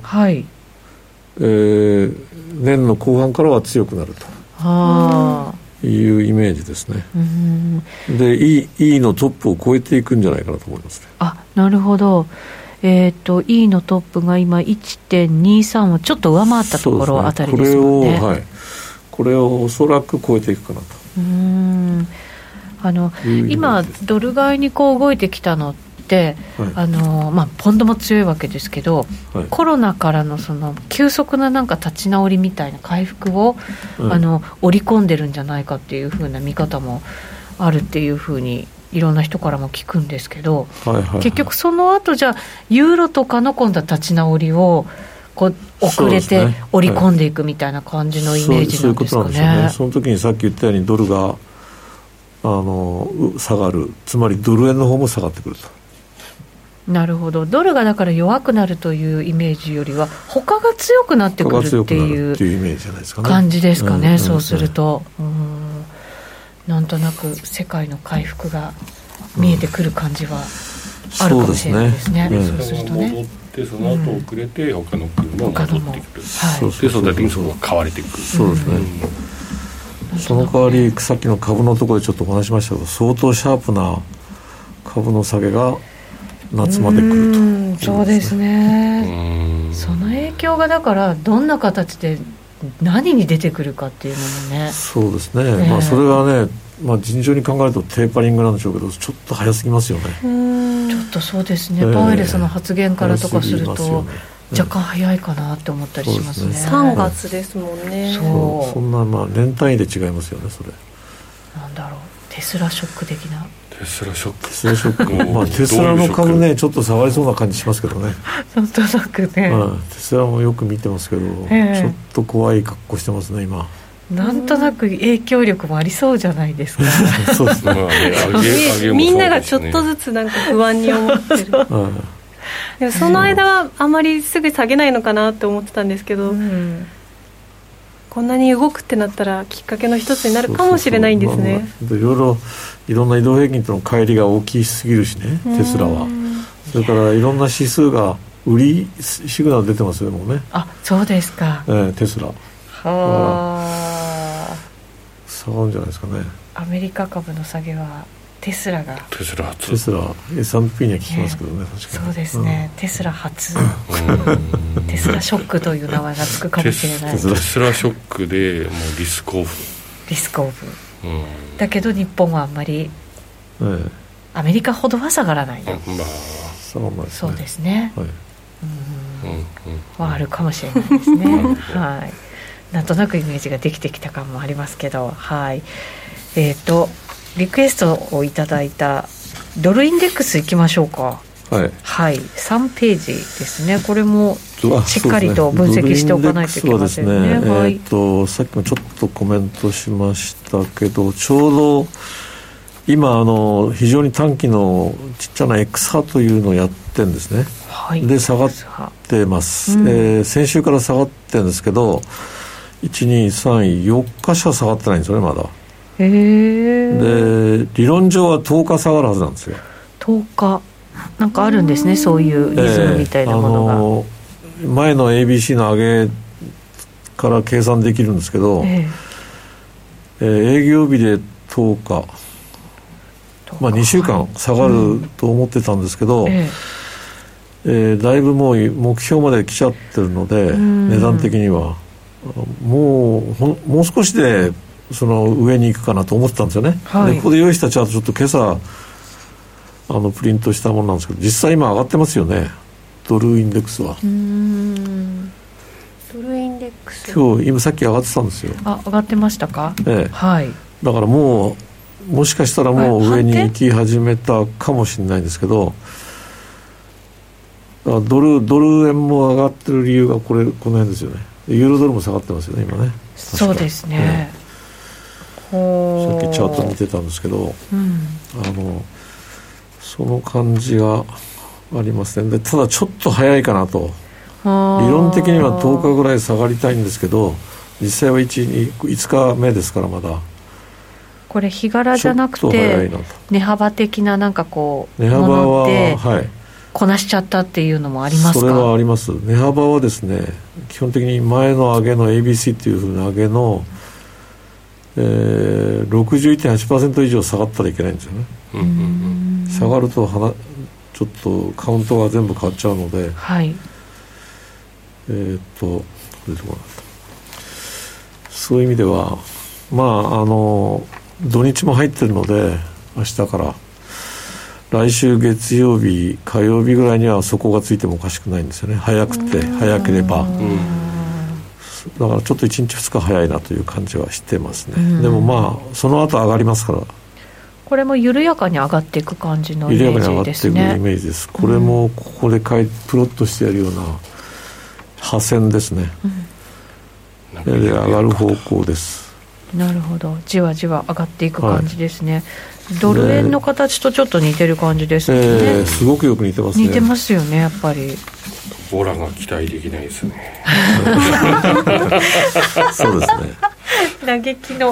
年の後半からは強くなるというイメージですね。で E のトップを超えていくんじゃないかなと思いますね。 なるほど。E のトップが今 1.23 をちょっと上回ったところあたりですもんね。 これをおそらく超えていくかなと。 今ドル買いに動いてきたのって、ポンドも強いわけですけど、コロナからのその急速な立ち直りみたいな回復を、織り込んでるんじゃないかっていう風な見方もあるっていう風にいろんな人からも聞くんですけど、結局その後じゃあユーロとかの今度は立ち直りを遅れて織り込んでいくみたいな感じのイメージなんですかね。そういうことなんですよね。 その時にさっき言ったようにドルが下がる、つまりドル円の方も下がってくると。 なるほど。ドルがだから弱くなるというイメージよりは他が強くなってくるっていう感じですかね。そうするとなんとなく世界の回復が見えてくる感じはあるかもしれないですね。そうするとね、 戻ってその後遅れて他の国も戻ってくる、でその時にそこが買われていく。 そうですね、その代わりさっきの株のところでちょっとお話しましたけど、相当シャープな株の下げが夏まで来ると、 そうですね。 その影響がだからどんな形で何に出てくるかっていうのもね。 そうですね、まあ、それはね、まあ、尋常に考えるとテーパリングなんでしょうけど、ちょっと早すぎますよね。 ちょっとそうですね、パウエルさんの発言からとかすると、若干早いかなって思ったりしますね。 3月ですもんね。 そんなまあ年単位で違いますよね。それなんだろう、テスラショック的な。 テスラショック、 テスラショックまあ、テスラの株ねちょっと下がりそうな感じしますけどね。 なんとなくね、 テスラもよく見てますけど、ちょっと怖い格好してますね今。 なんとなく影響力もありそうじゃないですか。 そうですね、 みんながちょっとずつなんか不安に思ってるでもその間はあまりすぐ下げないのかなって思ってたんですけど、こんなに動くってなったらきっかけの一つになるかもしれないんですね。 いろんな移動平均との乖離が大きすぎるしね、テスラは。それからいろんな指数が売りシグナル出てますよもうね。 あ、そうですか。 テスラ下がるんじゃないですかね。 アメリカ株の下げはテスラがテスラ S&P には効きますけどね、確かに。 そうですね、テスラ初テスラショックという名前がつくかもしれない。 テスラショックでもうリスクオフだけど日本はあんまり、アメリカほどは下がらない、そうですね、はあるかもしれないですねはい、なんとなくイメージができてきた感もありますけど、はい。リクエストをいただいたドルインデックスいきましょうか。はい、3ページですね。これもしっかりと分析しておかないといけませんね。 さっきもちょっとコメントしましたけど、ちょうど今非常に短期のちっちゃな X 波というのをやってるんですね、で下がってます、先週から下がってるんですけど、1,2,3,4日しか下がってないんですよねまだ。で理論上は10日下がるはずなんですよ。 10日なんかあるんですね、そういうリズムみたいなものが。 前の ABC の上げから計算できるんですけど、営業日で10日、2週間下がると思ってたんですけど、だいぶもう目標まで来ちゃってるので、値段的にはもう少しでその上に行くかなと思ってたんですよね、でここで用意したチャートちょっと今朝プリントしたものなんですけど、実際今上がってますよね、ドルインデックスは。 ドルインデックス今さっき上がってたんですよ。 上がってましたか。はい。 だからもしかしたらもう上に行き始めたかもしれないんですけど、ドル円も上がってる理由がこの辺ですよね。ユーロドルも下がってますよね今ね。 そうですね、 さっきチャート見てたんですけど、その感じがありますね。でただちょっと早いかなと。理論的には10日ぐらい下がりたいんですけど、実際は5日目ですからまだ。 これ日柄じゃなくて値幅的ななんかこう値幅はものでこなしちゃったっていうのもありますか。 それはあります。値幅はですね、基本的に前の上げの ABC っていう風な上げの、61.8% 以上下がったらいけないんですよね。下がるとちょっとカウントが全部変わっちゃうので、そういう意味では土日も入ってるので、明日から来週月曜日火曜日ぐらいには底がついてもおかしくないんですよね。早ければ。だからちょっと1日2日早いなという感じはしてますね。でもその後上がりますから、 これも緩やかに上がっていく感じのイメージですね。 緩やかに上がっていくイメージです。これもここでプロットしてやるような破線ですね、で上がる方向です。 なるほど、じわじわ上がっていく感じですね、ドル円の形とちょっと似てる感じですね、 すごくよく似てますね。 似てますよね、やっぱり。 ボラが期待できないですねそうですね、 嘆きの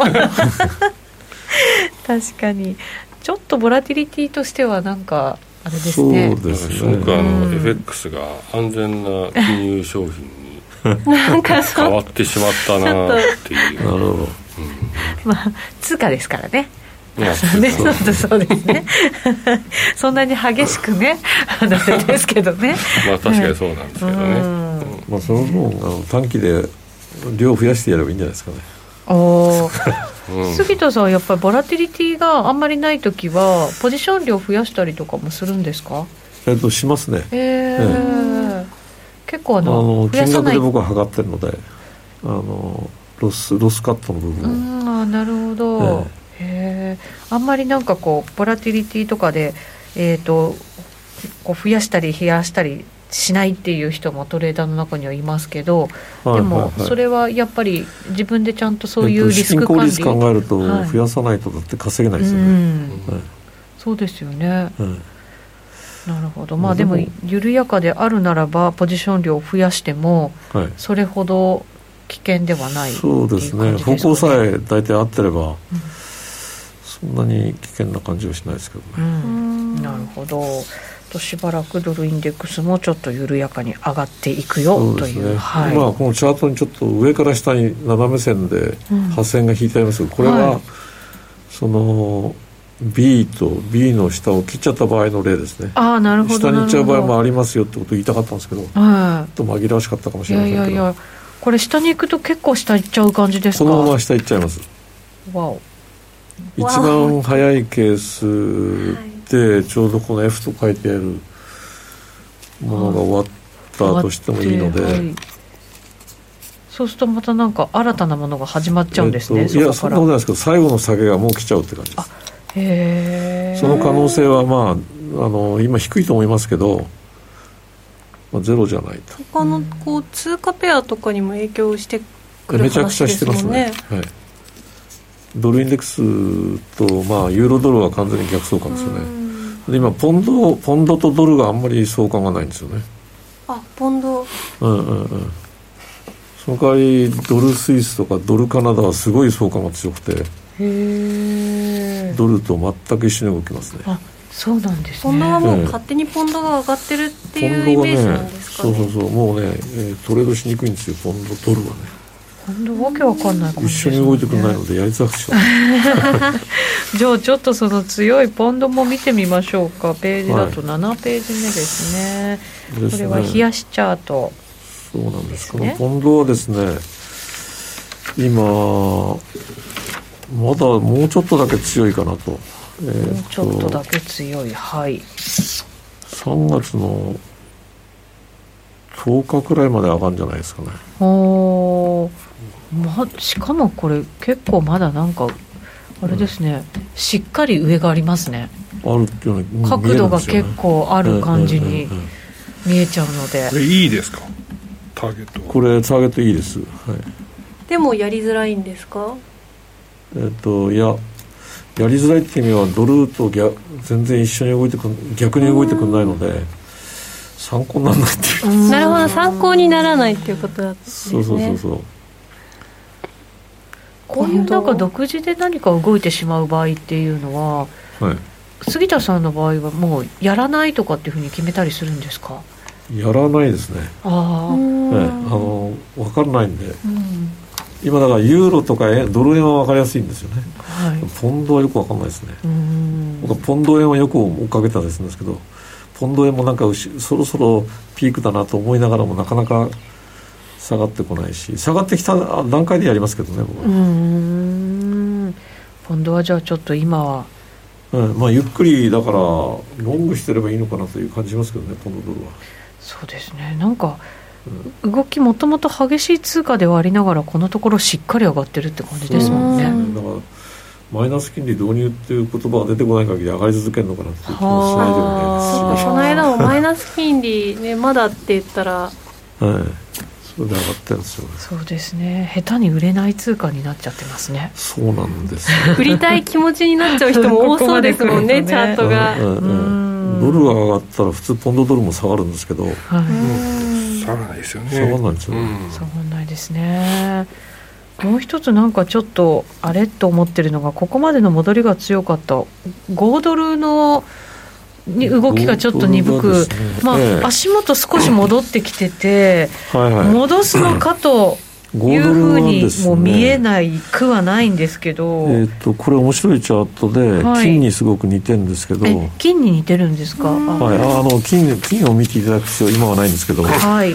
確かにちょっとボラティリティとしてはなんかあれですね。 そうですね。 すごくFX が安全な金融商品に変わってしまったなっていう。 なるほど。 通貨ですからね。 そうですねそんなに激しくねあれですけどねまあ確かにそうなんですけどね、 まあ、その分短期で量を増やしてやればいいんじゃないですかね。 杉田さんはやっぱりボラティリティがあんまりないときはポジション量増やしたりとかもするんですか？ しますね。 結構増やさない金額で僕は測ってるのでロスカットの部分をなるほど、あんまりなんかこうボラティリティとかで、こう増やしたり減らしたりしないっていう人もトレーダーの中にはいますけど、でもそれはやっぱり自分でちゃんとそういうリスク管理、 資金効率考えると増やさないとだって稼げないですよね、 そうですよね、なるほど。まあでも緩やかであるならばポジション量を増やしてもそれほど危険ではないっていう感じですかね。 そうですね、方向さえ大体合ってれば、そんなに危険な感じはしないですけどね、 なるほど。しばらくドルインデックスもちょっと緩やかに上がっていくよという、 まあ、このチャートにちょっと上から下に斜め線で8000が引いてありますけど、これはその B と B の下を切っちゃった場合の例ですね。 なるほど。 下に行っちゃう場合もありますよってことを言いたかったんですけど、ちょっと紛らわしかったかもしれませんけど、 これ下に行くと結構下行っちゃう感じですか？ このまま下行っちゃいます。一番早いケースでちょうどこの F と書いてあるものが終わったとしてもいいので、 そうするとまたなんか新たなものが始まっちゃうんですね、 いやそんなことないですけど、最後の下げがもう来ちゃうって感じです。その可能性は今低いと思いますけど、ゼロじゃないと。 他のこう通貨ペアとかにも影響してくる話ですもんね。 めちゃくちゃしてますね、ドルインデックスと、ユーロドルは完全に逆相関ですよね。で今ポンドとドルがあんまり相関がないんですよね。 ポンド、 その代わりドルスイスとかドルカナダはすごい相関が強くて、ドルと全く一緒に動きますね。 そうなんですね。 ポンドはもう勝手にポンドが上がってるっていうイメージなんですかね。 そうもうね、トレードしにくいんですよ、ポンドドルはね。 今度わけわかんないかもしれない、 一緒に動いてくれないのでやりづらくしようじゃあちょっとその強いポンドも見てみましょうか。ページだと7ページ目ですね、これは冷やしチャート。 そうなんです。このポンドはですね、今まだもうちょっとだけ強いかなと。もうちょっとだけ強い。3 月の10日くらいまで上がるんじゃないですかね。 しかもこれ結構まだなんかあれですね、しっかり上がありますね。 あるっていうのは角度が結構ある感じに見えちゃうので、 これいいですか？ターゲットこれターゲットいいです、 でもやりづらいんですか？ いややりづらいって意味はドルと全然一緒に動いて逆に動いてくれないので参考にならないっていう。 なるほど、参考にならないっていうことだったんですね。 そうこういうなんか独自で何か動いてしまう場合っていうのは、杉田さんの場合はもうやらないとかっていうふうに決めたりするんですか？ やらないですね。分からないんで、今だからユーロとかドル円は分かりやすいんですよね、ポンドはよく分かんないですね。僕はポンド円はよく追っかけたりするんですけど、ポンド円もなんかそろそろピークだなと思いながらもなかなか下がってこないし、下がってきた段階でやりますけどね、僕は。 ポンドはじゃあちょっと今は、ゆっくりだからロングしてればいいのかなという感じしますけどね、ポンドドルは。 そうですね、なんか、動きもともと激しい通貨ではありながらこのところしっかり上がってるって感じですもんね。 だからマイナス金利導入っていう言葉が出てこない限り上がり続けるのかなっていう気もしないでもないですし、 この間もマイナス金利、まだって言ったらそれで上がってるんですよね。 そうですね、下手に売れない通貨になっちゃってますね。 そうなんですよ売りたい気持ちになっちゃう人も多そうですもんねチャートが。 ドルが上がったら普通ポンドドルも下がるんですけど、 下がらないですよね。 下がらないですよね。 下がらないですね。もう一つなんかちょっとあれと思ってるのが、ここまでの戻りが強かった5ドルの動きがちょっと鈍く、足元少し戻ってきてて、戻すのかというふうにも見えないくはないんですけど、 これ面白いチャートで、金にすごく似てるんですけど、 金に似てるんですか？ はい、金を見ていただく必要今はないんですけど、はい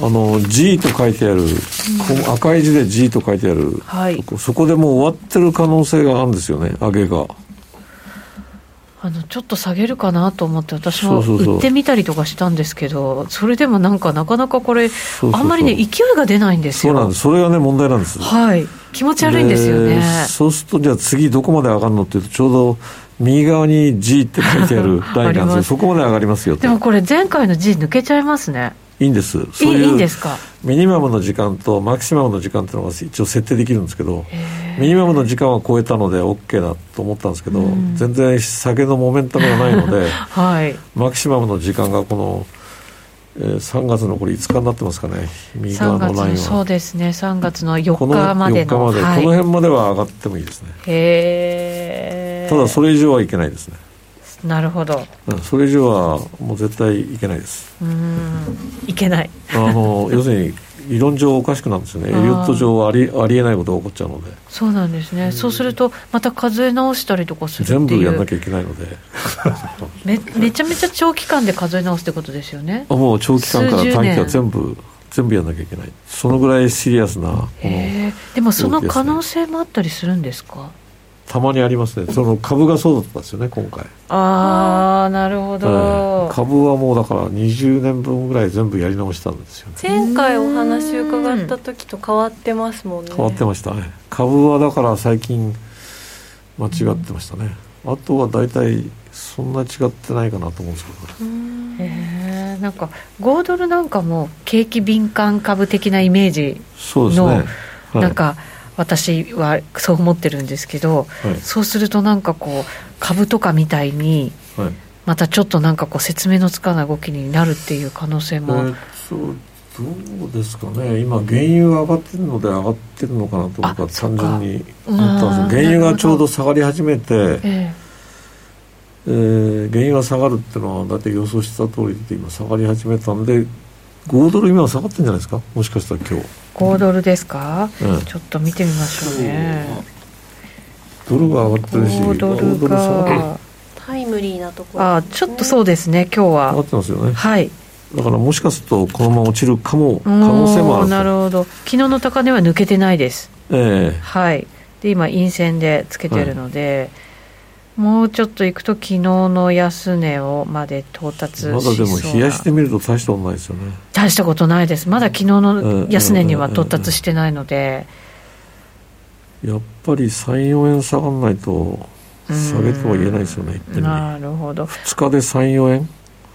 、G と書いてある、赤い字で G と書いてある、はい、そこでもう終わってる可能性があるんですよね、上げが。 ちょっと下げるかなと思って私も売ってみたりとかしたんですけど、それでもなかなかこれあんまりね勢いが出ないんですよ。 そうなんです。それがね問題なんです。 はい、気持ち悪いんですよね。 そうするとじゃあ次どこまで上がるのっていうと、ちょうど右側に G って書いてあるラインがあるんですよ。そこまで上がりますよと。 でもこれ前回の G 抜けちゃいますね。 いいんです。そういういいんですか。 ミニマムの時間とマキシマムの時間っていうのが一応設定できるんですけど、ミニマムの時間は超えたので OK だと思ったんですけど、全然下げのモメンタムがないので、はい、マキシマムの時間がこの、3月のこれ5日になってますかね、右側のラインは。 そうですね、3月の4日までのこの4日まで、はい、この辺までは上がってもいいですね。ただそれ以上はいけないですね。 なるほど、 それ以上はもう絶対いけないです。 いけない。 要するに理論上おかしくなるんですよね。エリオット上はありえないことが起こっちゃうので。 そうなんですね。そうするとまた数え直したりとかするっていう、 全部やんなきゃいけないのでめちゃめちゃ長期間で数え直すってことですよね。 もう長期間から短期は全部やんなきゃいけない。そのぐらいシリアスなでもその可能性もあったりするんですか？ たまにありますね。その株がそうだったんですよね今回。 なるほど、 株はもうだから20年分ぐらい全部やり直したんですよね。 前回お話伺った時と変わってますもんね。 変わってましたね。株はだから最近間違ってましたね。あとは大体そんな違ってないかなと思うんですけどね。 なんか5ドルなんかも景気敏感株的なイメージの、 そうですね、はい、 なんか私はそう思ってるんですけど、はい、そうするとなんかこう株とかみたいに、はい、またちょっとなんかこう説明のつかない動きになるっていう可能性も、 どうですかね。今原油が上がってるので上がってるのかなと僕は単純に思ったんです。原油がちょうど下がり始めて、原油が下がるっていうのはだいたい予想した通りで今下がり始めたんで、5ドル今は下がってるんじゃないですか、もしかしたら今日。 5ドルですか、ちょっと見てみましょうね。 ドルが上がってるし、 5ドルがタイムリーなところ、 ちょっとそうですね、今日は上がってますよね。 はい、 だからもしかするとこのまま落ちる可能性もある。 なるほど。昨日の高値は抜けてないです。はい。で今陰線でつけてるので、もうちょっといくと昨日の安値をまで到達しそうな。 まだでも冷やしてみると大したことないですよね。 大したことないです。まだ昨日の安値には到達してないので、 やっぱり 3,4 円下がらないと下げとは言えないですよね。 なるほど。 2日で 3,4 円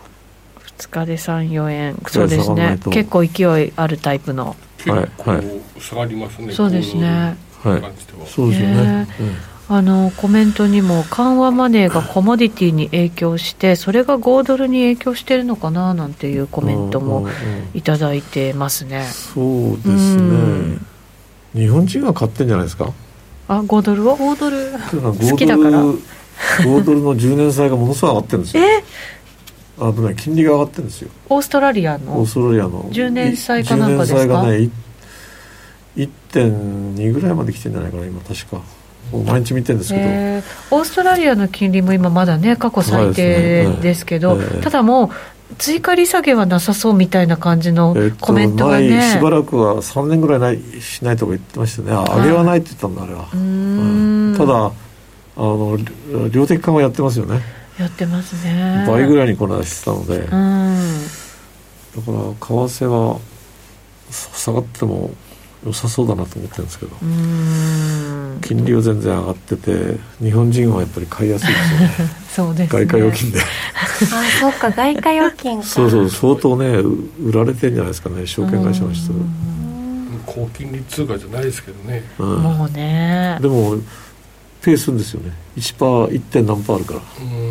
2日で 3,4 円、そうですね。結構勢いあるタイプの、 結構下がりますね。 そうですね、 はい、そうですよね。 コメントにも緩和マネーがコモディティに影響してそれが5ドルに影響してるのかななんていうコメントもいただいてますね。 そうですね。日本人が買ってんじゃないですか。 5ドルを 5ドル好きだから 5ドルの10年債がものすごい上がってるんですよ。危ない、金利が上がってるんですよ。 オーストラリアの10年債かなんかですか。10年債がね 1.2 ぐらいまで来てるんじゃないかな今確か。毎日見てるんですけど、オーストラリアの金利も今まだね過去最低ですけど、ただもう追加利下げはなさそうみたいな感じのコメントがね、 しばらくは3年ぐらいしないとか言ってましたね。上げはないって言ったんだあれは。ただ量的緩和やってますよね。 やってますね。 倍ぐらいにこの間してたので、だから為替は下がっても良さそうだなと思ってるんですけど、金利は全然上がってて日本人はやっぱり買いやすいですよね。 そうですね、 外貨預金でそうか、外貨預金かそう相当ね売られてるんじゃないですかね、証券会社の人。 高金利通貨じゃないですけどね、 もうね。 でもペースんですよね。 1% 1. 何パーあるから。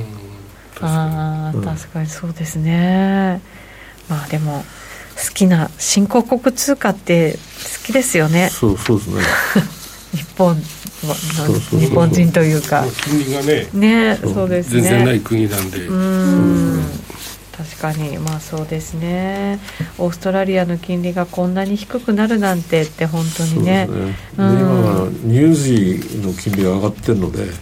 確かにそうですね。まあでも好きな新興国通貨って好きですよね。 そうですね。 日本人というか金利がねそうですね、 全然ない国なんで、 確かに、まあそうですね。オーストラリアの金利がこんなに低くなるなんてって本当にね。 そうですね。で今はニュージーの金利が上がってるので、だい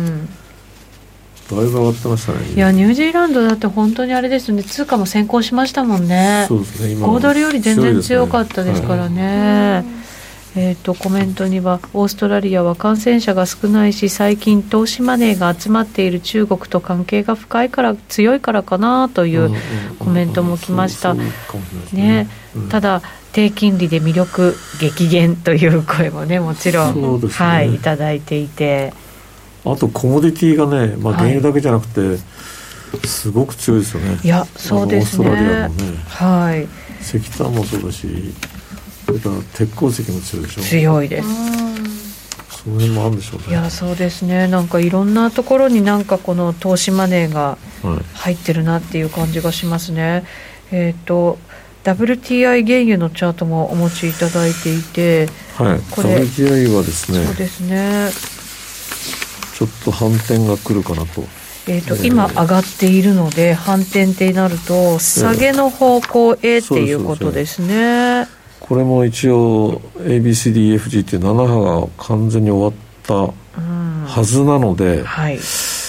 ぶ上がってましたね。 いやニュージーランドだって本当にあれですよね、通貨も先行しましたもんね。 そうですね。今 5ドルより全然強かったですからね。コメントにはオーストラリアは感染者が少ないし最近投資マネーが集まっている中国と関係が深いから強いからかなというコメントも来ましたね。ただ低金利で魅力激減という声もねもちろん、はい、いただいていて、 あとコモディティがね、まあ、原油だけじゃなくて、すごく強いですよね。 いやそうですね。 オーストラリアのね、 はい、 石炭もそうだし、それから鉄鉱石も強いでしょ。 強いです。 その辺もあるんでしょうね。 いやそうですね。なんかいろんなところになんかこの投資マネーが入ってるなっていう感じがしますね。WTI 原油のチャートもお持ちいただいていて、 はい、 これ WTI はですね、 そうですね、 ちょっと反転が来るかなと。 今上がっているので反転ってなると下げの方向へっていうことですね。 これも一応 ABCDEFG っていう7波が完全に終わったはずなので、 はい、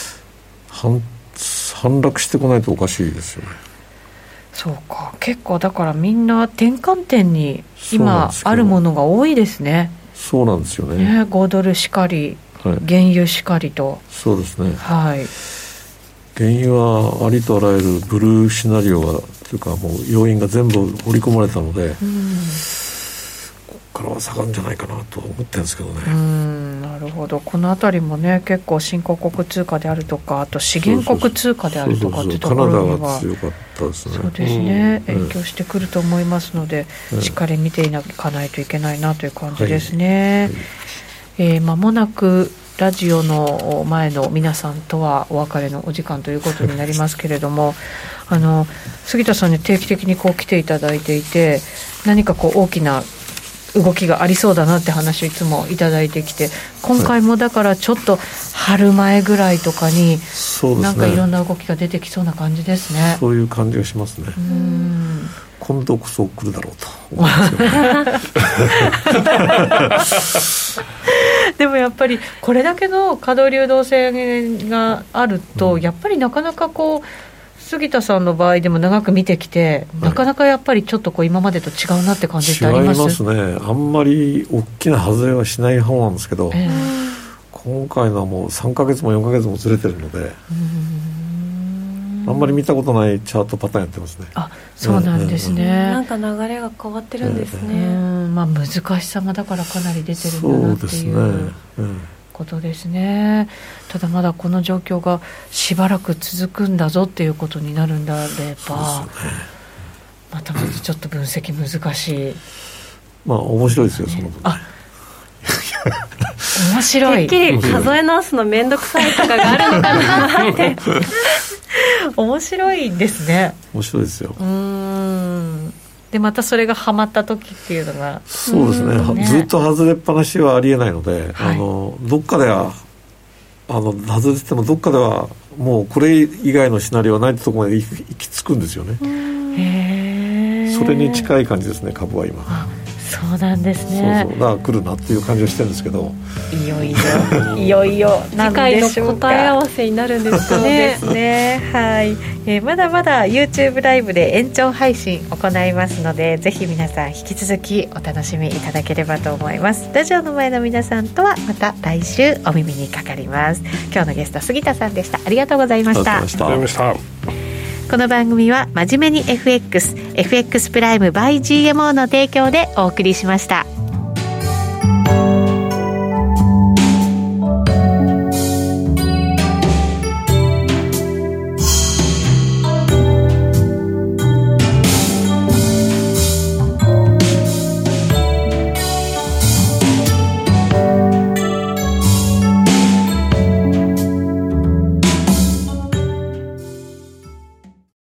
反落してこないとおかしいですよね。 そうか、結構だからみんな転換点に今あるものが多いですね。 そうなんですよ ね。 5ドルしかり、はい、原油しかりと。 そうですね、 はい、 原油はありとあらゆるブルーシナリオがというかもう要因が全部織り込まれたので、ここからは下がるんじゃないかなと思ってるんですけどね。 なるほど。このあたりもね結構新興国通貨であるとか、あと資源国通貨であるとかっていうところにはカナダが強かったですね。 そうですね、影響してくると思いますので、しっかり見ていかないといけないなという感じですね。間もなくラジオの前の皆さんとはお別れのお時間ということになりますけれども杉田さんに定期的にこう来ていただいていて、何かこう大きな動きがありそうだなって話をいつもいただいてきて、今回もだからちょっと春前ぐらいとかになんかいろんな動きが出てきそうな感じですね。 そういう感じがしますね。今度こそ来るだろうと思うんですよね。 でもやっぱりこれだけの稼働流動性があると、やっぱりなかなかこう杉田さんの場合でも長く見てきて、なかなかやっぱりちょっとこう今までと違うなって感じってあります？ 違いますね。あんまり大きな外れはしない方なんですけど、今回のはもう3ヶ月も4ヶ月もずれてるので、あんまり見たことないチャートパターンやってますね。 あ、そうなんですね。 なんか流れが変わってるんですね。 まあ、難しさがだからかなり出てるんだなっていうことですね。ただまだこの状況がしばらく続くんだぞっていうことになるんであれば、またちょっと分析難しい。 まあ面白いですよ、その分。 面白い。 てっきり数え直すのめんどくさいとかがあるのかなって面白いですね。 面白いですよ。 でまたそれがハマった時っていうのが、 そうですね、ずっと外れっぱなしはありえないので、どっかでは外れてもどっかではもうこれ以外のシナリオはないってところまで行き着くんですよね。それに近い感じですね、株は今。 そうなんですね。 そうだから来るなっていう感じがしてるんですけど、 いよいよ次回の答え合わせになるんですかね。 そうですね、はい。まだまだ YouTube ライブで延長配信行いますので、ぜひ皆さん引き続きお楽しみいただければと思います。ラジオの前の皆さんとはまた来週お耳にかかります。今日のゲスト杉田さんでした。ありがとうございました。 ありがとうございました。 この番組は真面目に FX プライム by GMO の提供でお送りしました。